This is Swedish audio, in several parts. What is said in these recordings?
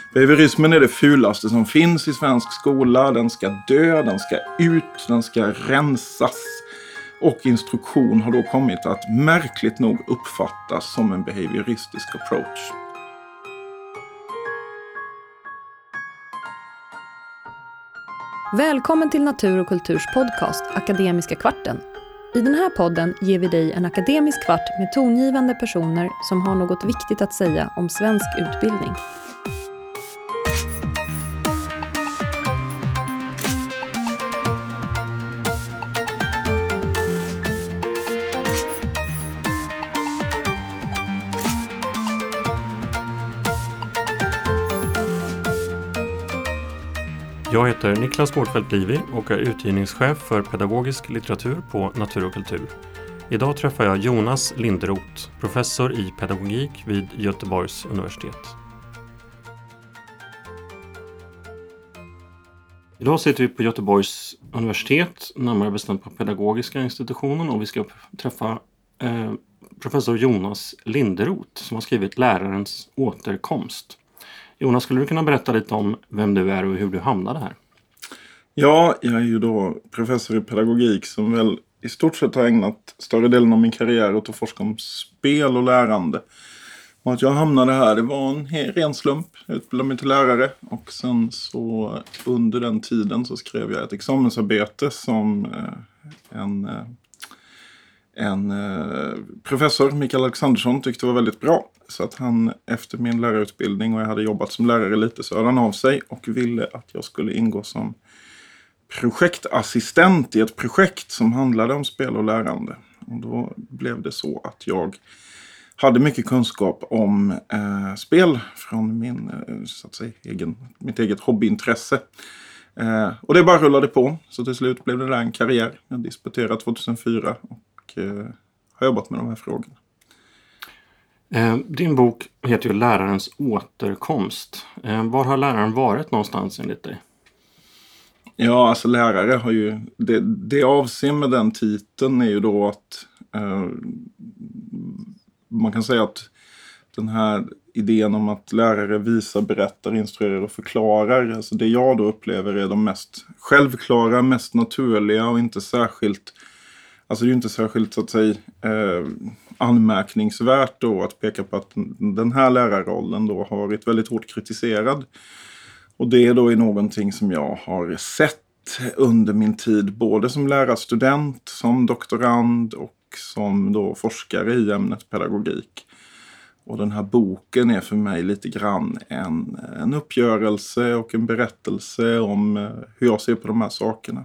Behaviorismen är det fulaste som finns i svensk skola. Den ska dö, den ska ut, den ska rensas. Och instruktion har då kommit att märkligt nog uppfattas som en behavioristisk approach. Välkommen till Natur och kulturs podcast Akademiska kvarten. I den här podden ger vi dig en akademisk kvart med tongivande personer som har något viktigt att säga om svensk utbildning. Jag heter Niklas Mårdfeldt Livi och är utgivningschef för pedagogisk litteratur på Natur och kultur. Idag träffar jag Jonas Linderoth, professor i pedagogik vid Göteborgs universitet. Idag sitter vi på Göteborgs universitet, närmare bestämt på pedagogiska institutionen, och vi ska träffa professor Jonas Linderoth som har skrivit Lärarens återkomst. Jonas, skulle du kunna berätta lite om vem du är och hur du hamnade här? Ja, jag är ju då professor i pedagogik som väl i stort sett har ägnat större delen av min karriär åt att forska om spel och lärande. Och att jag hamnade här, det var en ren slump. Jag utbildade mig till lärare och sen så under den tiden så skrev jag ett examensarbete som en professor, Mikael Alexandersson, tyckte var väldigt bra. Så att han efter min lärarutbildning, och jag hade jobbat som lärare lite, så hörde han av sig och ville att jag skulle ingå som projektassistent i ett projekt som handlade om spel och lärande. Och då blev det så att jag hade mycket kunskap om spel från mitt eget hobbyintresse. Och det bara rullade på, så till slut blev det där en karriär. Jag disputerade 2004 och har jobbat med de här frågorna. Din bok heter ju Lärarens återkomst. Var har läraren varit någonstans enligt dig? Ja, alltså lärare har ju... Det avser med den titeln är ju då att... man kan säga att den här idén om att lärare visar, berättar, instruerar och förklarar. Alltså det jag då upplever är de mest självklara, mest naturliga och inte särskilt... Alltså det är ju inte särskilt så att säga anmärkningsvärt då att peka på att den här lärarrollen då har varit väldigt hårt kritiserad. Och det då är någonting som jag har sett under min tid både som lärarstudent, som doktorand och som då forskare i ämnet pedagogik. Och den här boken är för mig lite grann en uppgörelse och en berättelse om hur jag ser på de här sakerna.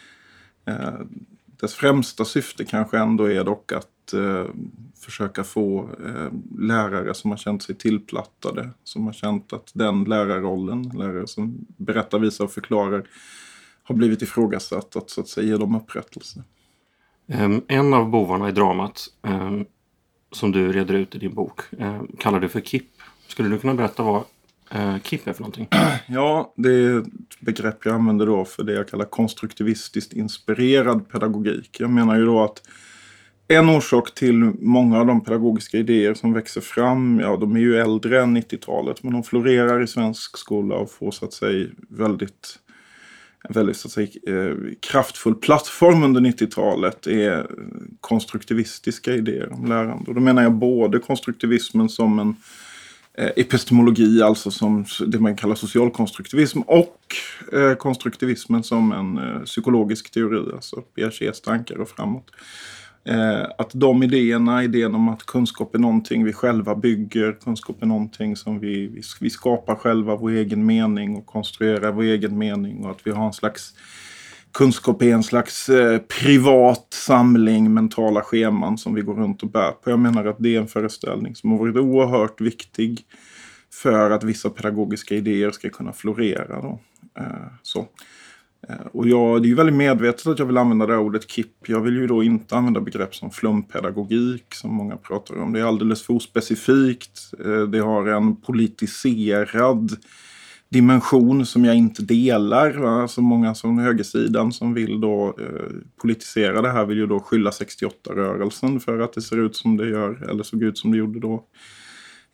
Dess främsta syfte kanske ändå är dock att försöka få lärare som har känt sig tillplattade, som har känt att den lärarrollen, lärare som berättar, visar och förklarar, har blivit ifrågasatt, att så att säga ge dem upprättelse. En av bovarna i dramat som du reder ut i din bok kallar du för KIP. Skulle du kunna berätta vad KIP är för någonting? Ja, det är ett begrepp jag använder då för det jag kallar konstruktivistiskt inspirerad pedagogik. Jag menar ju då att en orsak till många av de pedagogiska idéer som växer fram, ja, de är ju äldre än 90-talet, men de florerar i svensk skola och får så att säga väldigt så att säga, kraftfull plattform under 90-talet är konstruktivistiska idéer om lärande. Och då menar jag både konstruktivismen som en epistemologi, alltså som det man kallar socialkonstruktivism, och konstruktivismen som en psykologisk teori, alltså Piagets tankar och framåt. Att de idén om att kunskap är någonting vi själva bygger, kunskap är någonting som vi skapar själva vår egen mening och konstruerar vår egen mening, och att vi har en slags kunskap är en slags privat samling mentala scheman som vi går runt och bär på. Jag menar att det är en föreställning som har varit oerhört viktig för att vissa pedagogiska idéer ska kunna florera då. Och det är ju väldigt medvetet att jag vill använda det här ordet KIP. Jag vill ju då inte använda begrepp som flumpedagogik som många pratar om. Det är alldeles för specifikt. Det har en politiserad dimension som jag inte delar. Alltså många som högersidan som vill då politisera det här vill ju då skylla 68-rörelsen för att det ser ut som det gör, eller såg ut som det gjorde då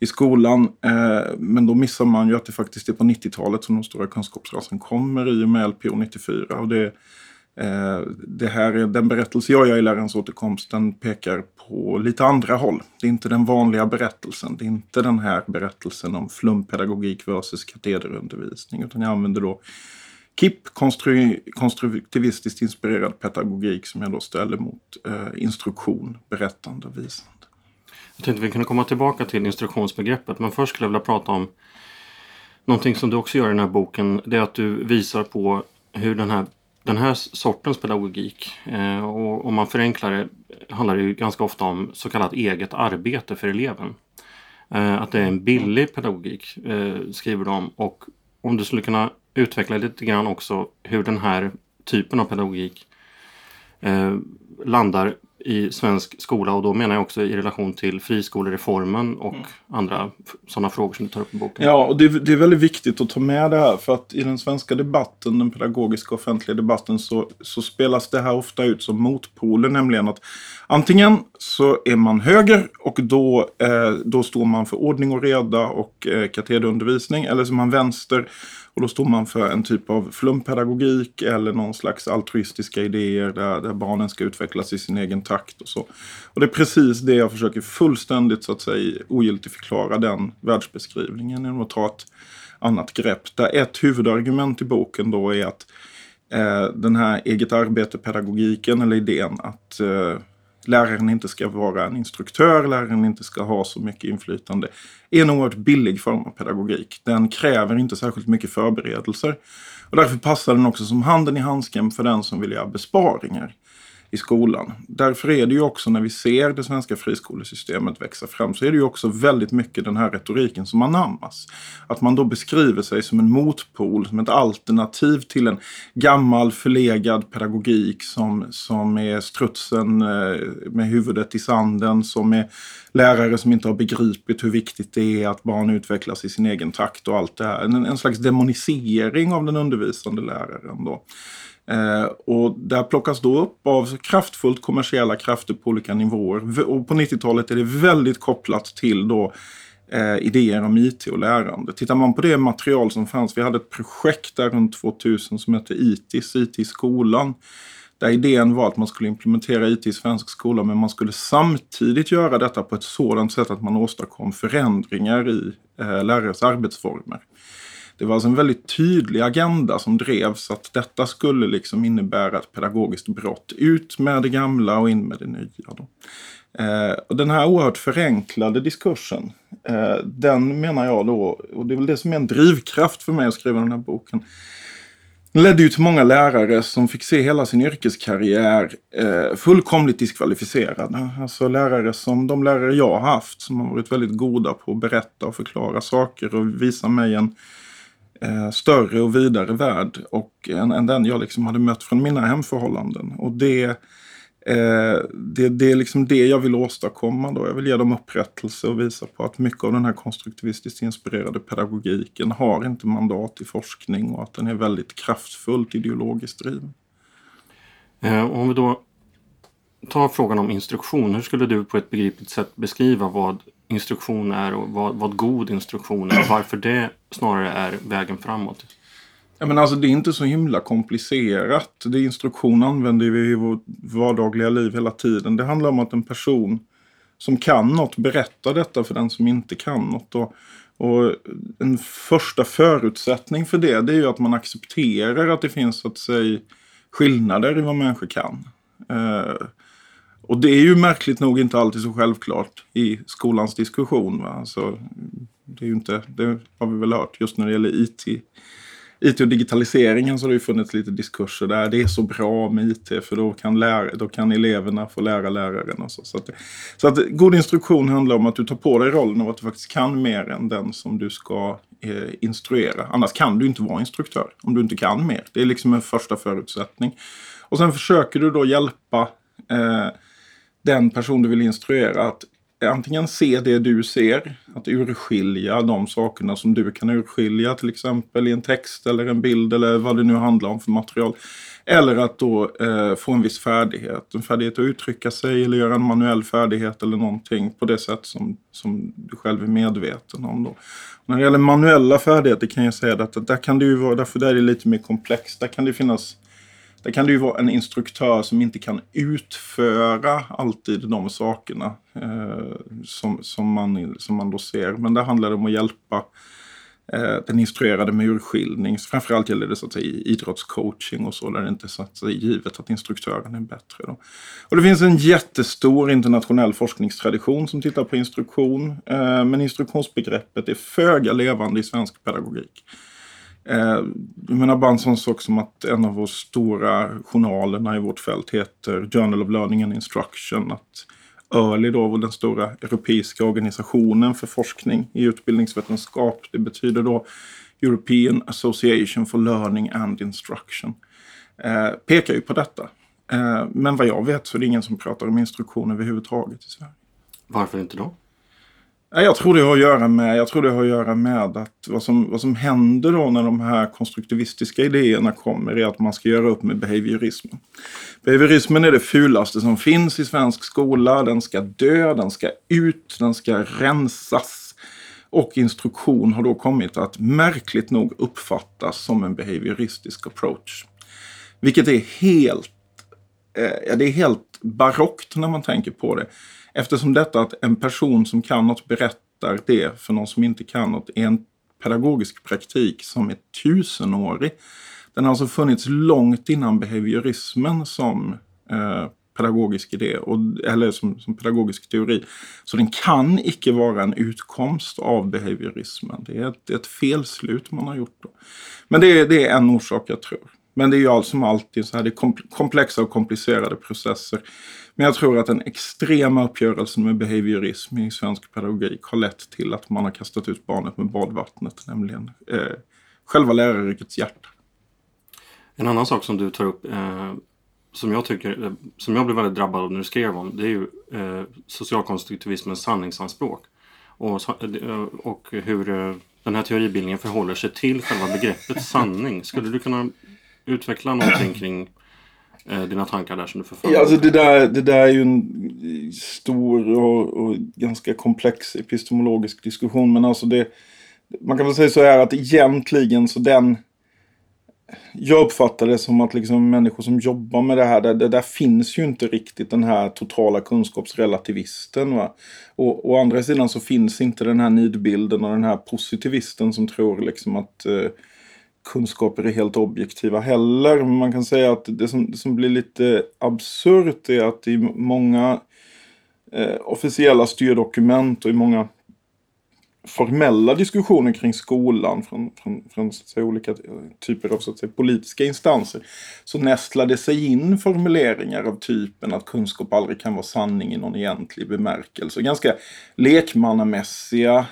i skolan. Men då missar man ju att det faktiskt är på 90-talet som de stora kunskapsrasen kommer i och med LPO 94. Och det här är den berättelse jag gör i lärarens återkomst, den pekar på lite andra håll. Det är inte den vanliga berättelsen. Det är inte den här berättelsen om flumpedagogik versus katederundervisning. Utan jag använder då KIP, konstruktivistiskt inspirerad pedagogik, som jag då ställer mot instruktion, berättande och visande. Jag tänkte vi kunde komma tillbaka till instruktionsbegreppet, men först skulle jag vilja prata om någonting som du också gör i den här boken. Det är att du visar på hur den här sortens pedagogik, och om man förenklar det, handlar det ju ganska ofta om så kallat eget arbete för eleven. Att det är en billig pedagogik, skriver de. Och om du skulle kunna utveckla lite grann också hur den här typen av pedagogik landar i svensk skola, och då menar jag också i relation till friskolereformen och andra sådana frågor som du tar upp i boken. Ja, och det är väldigt viktigt att ta med det här, för att i den svenska debatten, den pedagogiska offentliga debatten, så spelas det här ofta ut som motpoler, nämligen att antingen så är man höger och då står man för ordning och reda och katederundervisning, eller så är man vänster och då står man för en typ av flumpedagogik eller någon slags altruistiska idéer där barnen ska utvecklas i sin egen takt och så. Och det är precis det jag försöker fullständigt, så att säga, ogiltigt förklara den världsbeskrivningen genom att ta ett annat grepp. Där ett huvudargument i boken då är att den här eget arbete-pedagogiken, eller idén att läraren inte ska vara en instruktör, läraren inte ska ha så mycket inflytande, är en oerhört billig form av pedagogik. Den kräver inte särskilt mycket förberedelser. Och därför passar den också som handen i handsken för den som vill göra besparingar i skolan. Därför är det ju också, när vi ser det svenska friskolesystemet växa fram, så är det ju också väldigt mycket den här retoriken som anammas. Att man då beskriver sig som en motpol, som ett alternativ till en gammal förlegad pedagogik som är strutsen med huvudet i sanden, som är lärare som inte har begripit hur viktigt det är att barn utvecklas i sin egen takt och allt det här. En slags demonisering av den undervisande läraren då. Och där plockas då upp av kraftfullt kommersiella krafter på olika nivåer. Och på 90-talet är det väldigt kopplat till då idéer om IT och lärande. Tittar man på det material som fanns, vi hade ett projekt där runt 2000 som hette IT i skolan. Där idén var att man skulle implementera IT i svensk skola, men man skulle samtidigt göra detta på ett sådant sätt att man åstadkom förändringar i lärares arbetsformer. Det var alltså en väldigt tydlig agenda som drevs, att detta skulle liksom innebära ett pedagogiskt brott. Ut med det gamla och in med det nya då. Och den här oerhört förenklade diskursen, den menar jag då, och det är väl det som är en drivkraft för mig att skriva den här boken. Den ledde ju till många lärare som fick se hela sin yrkeskarriär fullkomligt diskvalificerad. Alltså de lärare jag har haft, som har varit väldigt goda på att berätta och förklara saker och visa mig en större och vidare värld än den jag liksom hade mött från mina hemförhållanden. Och det är liksom det jag vill åstadkomma då. Jag vill ge dem upprättelse och visa på att mycket av den här konstruktivistiskt inspirerade pedagogiken har inte mandat i forskning, och att den är väldigt kraftfullt ideologiskt driven. Om vi då tar frågan om instruktion, hur skulle du på ett begripligt sätt beskriva vad instruktion är och vad god instruktion är, och varför det snarare är vägen framåt? Ja, men alltså det är inte så himla komplicerat. Det instruktion använder vi i vårt vardagliga liv hela tiden. Det handlar om att en person som kan något berättar detta för den som inte kan något. Och en första förutsättning för det är ju att man accepterar att det finns, så att säga, skillnader i vad människor kan. Och det är ju märkligt nog inte alltid så självklart i skolans diskussion. Va? Alltså, det har vi väl hört just när det gäller IT och digitaliseringen, så har det ju funnits lite diskurser där. Det är så bra med IT, för då kan eleverna få lära läraren och så. Så att god instruktion handlar om att du tar på dig rollen av att du faktiskt kan mer än den som du ska instruera. Annars kan du inte vara instruktör om du inte kan mer. Det är liksom en första förutsättning. Och sen försöker du då hjälpa den person du vill instruera att antingen se det du ser, att urskilja de sakerna som du kan urskilja, till exempel i en text eller en bild eller vad det nu handlar om för material. Eller att då få en viss färdighet. En färdighet att uttrycka sig eller göra en manuell färdighet eller någonting på det sätt som du själv är medveten om då. Och när det gäller manuella färdigheter kan jag säga att där kan det ju vara, därför där är det lite mer komplext. Där kan det ju vara en instruktör som inte kan utföra alltid de sakerna som man då ser. Men där handlar det om att hjälpa den instruerade med urskiljning. Framförallt gäller det så att säga idrottscoaching och så, där det inte är så att säga givet att instruktören är bättre då. Och det finns en jättestor internationell forskningstradition som tittar på instruktion. Men instruktionsbegreppet är föga levande i svensk pedagogik. Jag menar bara en sån sak som att en av våra stora journalerna i vårt fält heter Journal of Learning and Instruction. Att EARLY då var den stora europeiska organisationen för forskning i utbildningsvetenskap. Det betyder då European Association for Learning and Instruction. Pekar ju på detta. Men vad jag vet så är det ingen som pratar om instruktion överhuvudtaget i Sverige. Varför inte då? Jag tror det har att göra med att vad som händer då när de här konstruktivistiska idéerna kommer är att man ska göra upp med behaviorismen. Behaviorismen är det fulaste som finns i svensk skola. Den ska dö, den ska ut, den ska rensas. Och instruktion har då kommit att märkligt nog uppfattas som en behavioristisk approach. Vilket är helt barockt när man tänker på det. Eftersom detta att en person som kan något berättar det för någon som inte kan något är en pedagogisk praktik som är 1000-årig. Den har alltså funnits långt innan behaviorismen som pedagogisk idé eller som pedagogisk teori. Så den kan icke vara en utkomst av behaviorismen. Det är ett felslut man har gjort då. Men det är en orsak jag tror. Men det är ju allt som alltid så här, det är komplexa och komplicerade processer. Men jag tror att den extrema uppgörelsen med behaviorism i svensk pedagogik har lett till att man har kastat ut barnet med badvattnet, nämligen själva läraryrkets hjärta. En annan sak som du tar upp som jag blev väldigt drabbad av när du skrev om, det är ju socialkonstruktivismens sanningsanspråk och hur den här teoribildningen förhåller sig till själva begreppet sanning. Skulle du kunna utveckla någonting kring dina tankar där som du förför? Ja, alltså det där är ju en stor och ganska komplex epistemologisk diskussion, men alltså man kan väl säga så här att egentligen så jag uppfattar det som att liksom människor som jobbar med det här, där finns ju inte riktigt den här totala kunskapsrelativisten, va? Och å andra sidan så finns inte den här nidbilden och den här positivisten som tror liksom att kunskaper är helt objektiva heller. Men man kan säga att det som blir lite absurt är att i många officiella styrdokument och i många formella diskussioner kring skolan från så att säga, olika typer av så att säga, politiska instanser så nästlar det sig in formuleringar av typen att kunskap aldrig kan vara sanning i någon egentlig bemärkelse. Ganska lekmannamässiga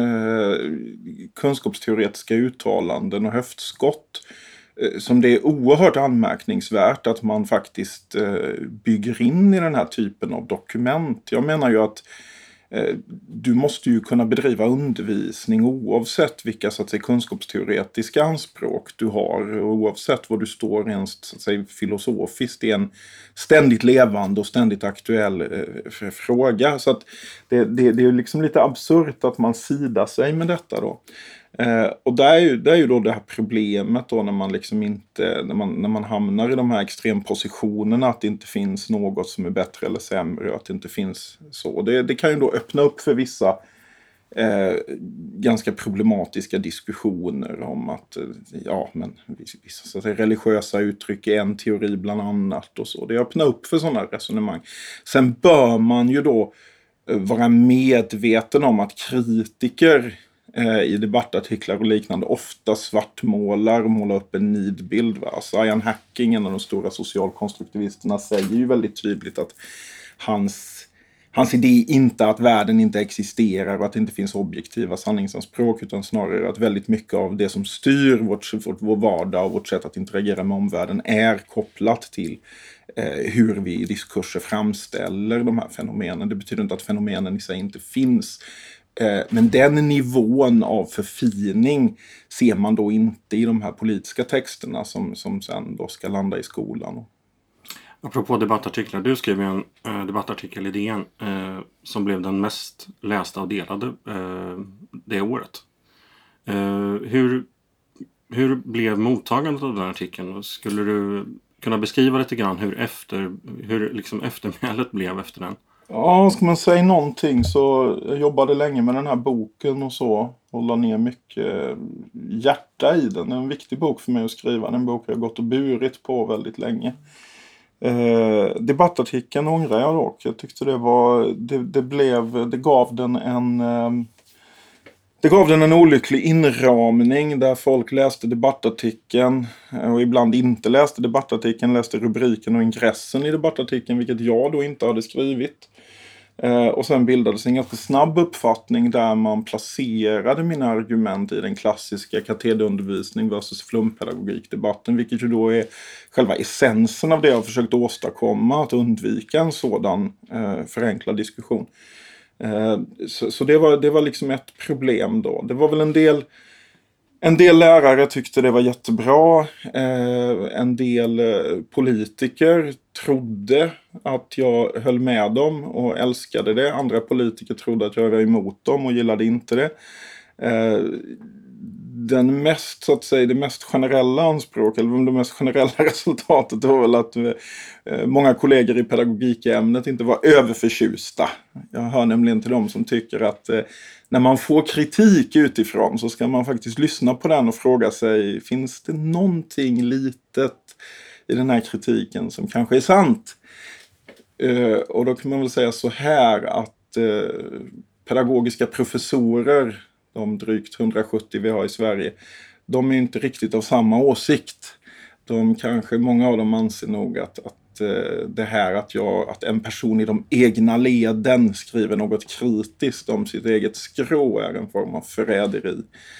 kunskapsteoretiska uttalanden och höftskott som det är oerhört anmärkningsvärt att man faktiskt bygger in i den här typen av dokument. Jag menar ju att du måste ju kunna bedriva undervisning oavsett vilka så att säga, kunskapsteoretiska anspråk du har och oavsett vad du står rent så att säga, filosofiskt. Det är en ständigt levande och ständigt aktuell fråga. Så att det är liksom lite absurt att man sidar sig med detta då. Och där är ju då det här problemet då när man liksom inte när man hamnar i de här extrempositionerna att det inte finns något som är bättre eller sämre och att det inte finns så. Det kan ju då öppna upp för vissa ganska problematiska diskussioner om att vissa så att säga, religiösa uttryck är en teori bland annat och så. Det öppnar upp för sådana resonemang. Sen bör man ju då vara medveten om att kritiker i debattartiklar och liknande ofta svartmålar och målar upp en nidbild. Alltså Ian Hacking, en av de stora socialkonstruktivisterna, säger ju väldigt tydligt att hans hans idé är inte att världen inte existerar och att det inte finns objektiva sanningsanspråk, utan snarare att väldigt mycket av det som styr vår vardag och vårt sätt att interagera med omvärlden är kopplat till hur vi i diskurser framställer de här fenomenen. Det betyder inte att fenomenen i sig inte finns. Men den nivån av förfining ser man då inte i de här politiska texterna som sen då ska landa i skolan. Apropå debattartiklar, du skrev en debattartikel i DN som blev den mest lästa och delade det året. Hur blev mottagandet av den här artikeln? Skulle du kunna beskriva lite grann hur liksom eftermälet blev efter den? Ja, ska man säga någonting så jag jobbade länge med den här boken och så. Hålla ner mycket hjärta i den. Det är en viktig bok för mig att skriva. En bok jag gått och burit på väldigt länge. Debattartikeln ångrar jag dock. Jag tyckte det gav den en olycklig inramning där folk läste debattartikeln och ibland inte läste debattartikeln, läste rubriken och ingressen i debattartikeln, vilket jag då inte hade skrivit. Och sen bildades en ganska snabb uppfattning där man placerade mina argument i den klassiska katederundervisning versus flumpedagogikdebatten, vilket ju då är själva essensen av det jag har försökt åstadkomma, att undvika en sådan förenklad diskussion. Så det var liksom ett problem då. Det var väl en del lärare tyckte det var jättebra. En del politiker trodde att jag höll med dem och älskade det. Andra politiker trodde att jag var emot dem och gillade inte det. Det mest generella anspråk, eller det mest generella resultatet var väl att många kollegor i pedagogikämnet inte var överförtjusta. Jag hör nämligen till dem som tycker att när man får kritik utifrån så ska man faktiskt lyssna på den och fråga sig, finns det någonting litet i den här kritiken som kanske är sant? Och då kan man väl säga så här att pedagogiska professorer, de drygt 170 vi har i Sverige, de är inte riktigt av samma åsikt. Många av dem anser nog att det här att en person i de egna leden skriver något kritiskt om sitt eget skrå är en form av förräderi.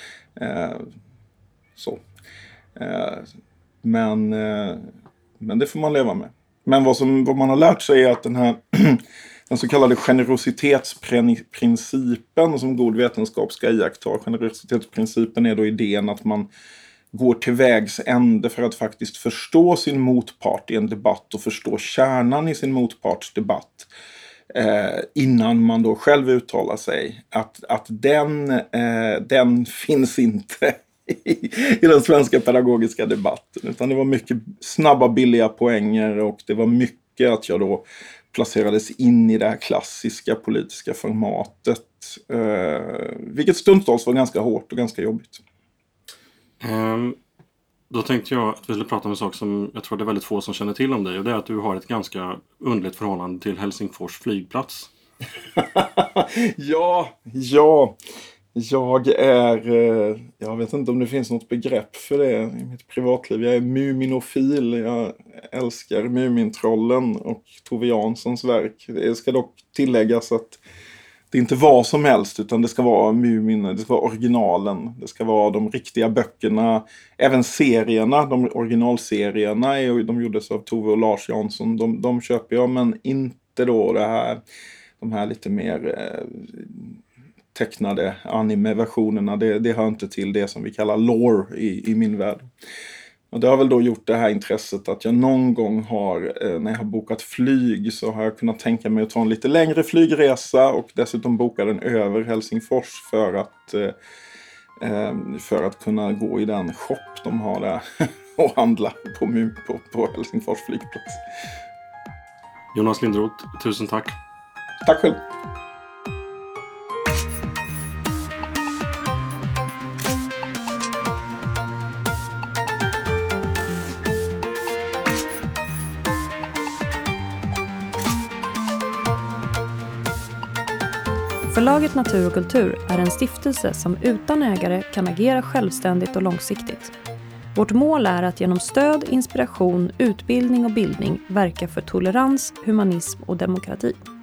Men det får man leva med. Men vad man har lärt sig är att den så kallade generositetsprincipen som god vetenskap ska iaktta. Generositetsprincipen är då idén att man går till vägs ände för att faktiskt förstå sin motpart i en debatt och förstå kärnan i sin motparts debatt innan man då själv uttalar sig. Att den finns inte i den svenska pedagogiska debatten, utan det var mycket snabba, billiga poänger och det var mycket att jag då placerades in i det här klassiska politiska formatet, vilket stundtals var ganska hårt och ganska jobbigt. Då tänkte jag att vi skulle prata om en sak som jag tror det är väldigt få som känner till om dig, och det är att du har ett ganska underligt förhållande till Helsingfors flygplats. Ja. Jag vet inte om det finns något begrepp för det i mitt privatliv. Jag är muminofil. Jag älskar Mumintrollen och Tove Janssons verk. Det ska dock tilläggas att det inte var som helst, utan det ska vara det ska vara originalen. Det ska vara de riktiga böckerna. Även serierna, de originalserierna, de gjordes av Tove och Lars Jansson. De köper jag, men inte då de här lite mer tecknade anime-versionerna. Det hör inte till det som vi kallar lore i min värld. Och det har väl då gjort det här intresset att jag någon gång när jag har bokat flyg, så har jag kunnat tänka mig att ta en lite längre flygresa och dessutom boka den över Helsingfors för att kunna gå i den shop de har där och handla på Helsingfors flygplats. Jonas Linderoth, tusen tack. Tack själv. Förlaget Natur och kultur är en stiftelse som utan ägare kan agera självständigt och långsiktigt. Vårt mål är att genom stöd, inspiration, utbildning och bildning verka för tolerans, humanism och demokrati.